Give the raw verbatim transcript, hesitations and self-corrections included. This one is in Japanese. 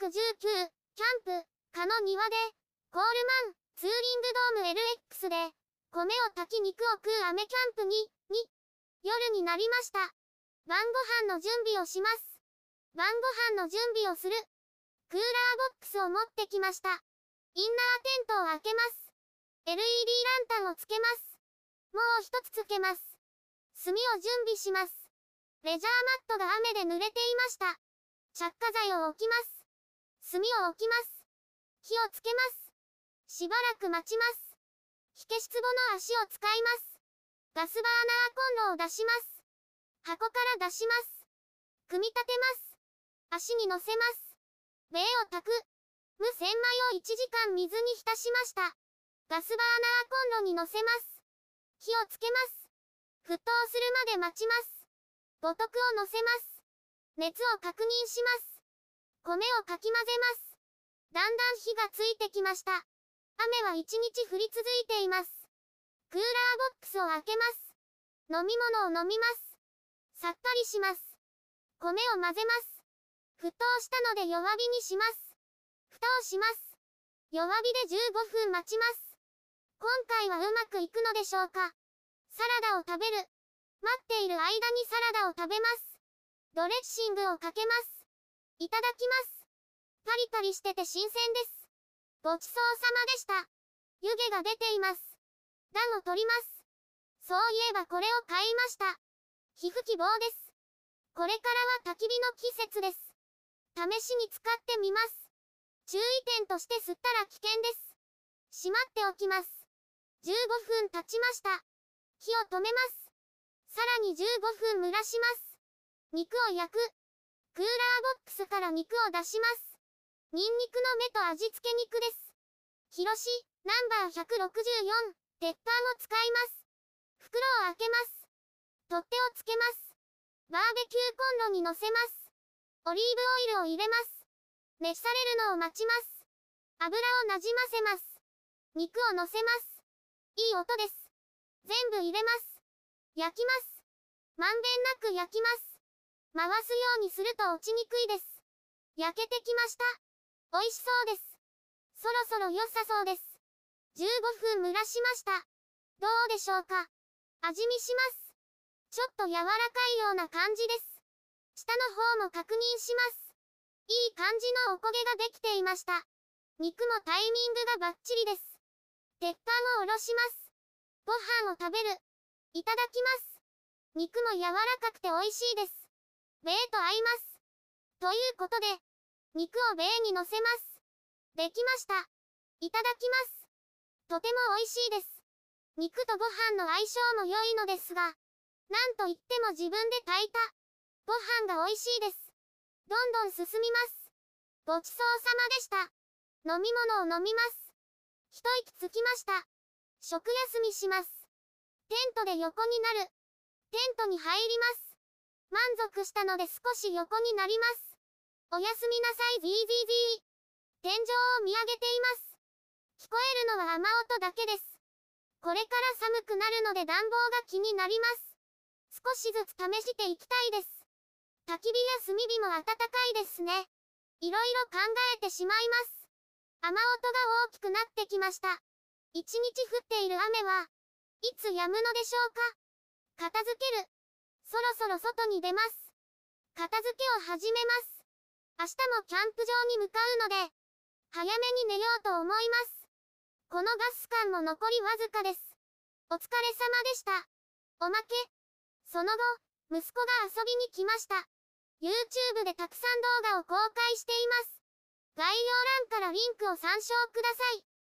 くじゅうきゅう、キャンプ、かの庭で、コールマン、ツーリングドーム エルエックス で、米を炊き肉を食う雨キャンプに、に、夜になりました。晩ご飯の準備をします。晩ご飯の準備をする。クーラーボックスを持ってきました。インナーテントを開けます。エルイーディー ランタンをつけます。もう一つつけます。炭を準備します。レジャーマットが雨で濡れていました。着火剤を置きます。炭を置きます。火をつけます。しばらく待ちます。火消し壺の足を使います。ガスバーナーコンロを出します。箱から出します。組み立てます。足に乗せます。米を炊く。無洗米をいちじかん水に浸しました。ガスバーナーコンロに乗せます。火をつけます。沸騰するまで待ちます。五徳を乗せます。熱を確認します。米をかき混ぜます。だんだん火がついてきました。雨は一日降り続いています。クーラーボックスを開けます。飲み物を飲みます。さっぱりします。米を混ぜます。沸騰したので弱火にします。蓋をします。弱火でじゅうごふん待ちます。今回はうまくいくのでしょうか。サラダを食べる。待っている間にサラダを食べます。ドレッシングをかけます。いただきます。パリパリしてて新鮮です。ごちそうさまでした。湯気が出ています。暖を取ります。そういえばこれを買いました。皮膚希望です。これからは焚き火の季節です。試しに使ってみます。注意点として吸ったら危険です。しまっておきます。じゅうごふん経ちました。火を止めます。さらにじゅうごふん蒸らします。肉を焼く。クーラーボックスから肉を出します。ニンニクの芽と味付け肉です。広し、ナンバーひゃくろくじゅうよん、鉄板を使います。袋を開けます。取っ手をつけます。バーベキューコンロに乗せます。オリーブオイルを入れます。熱されるのを待ちます。油をなじませます。肉を乗せます。いい音です。全部入れます。焼きます。まんべんなく焼きます。回すようにすると落ちにくいです。焼けてきました。美味しそうです。そろそろ良さそうです。じゅうごふん蒸らしました。どうでしょうか。味見します。ちょっと柔らかいような感じです。下の方も確認します。いい感じのおこげができていました。肉もタイミングがバッチリです。鉄板を下ろします。ご飯を食べる。いただきます。肉も柔らかくて美味しいです。米と合います。ということで、肉を米に乗せます。できました。いただきます。とても美味しいです。肉とご飯の相性も良いのですが、なんといっても自分で炊いたご飯が美味しいです。どんどん進みます。ごちそうさまでした。飲み物を飲みます。一息つきました。食休みします。テントで横になる。テントに入ります。満足したので少し横になります。おやすみなさい ビービービー。天井を見上げています。聞こえるのは雨音だけです。これから寒くなるので暖房が気になります。少しずつ試していきたいです。焚き火や炭火も暖かいですね。いろいろ考えてしまいます。雨音が大きくなってきました。一日降っている雨はいつ止むのでしょうか。片付ける。そろそろ外に出ます。片付けを始めます。明日もキャンプ場に向かうので、早めに寝ようと思います。このガス管も残りわずかです。お疲れ様でした。おまけ。その後、息子が遊びに来ました。YouTube でたくさん動画を公開しています。概要欄からリンクを参照ください。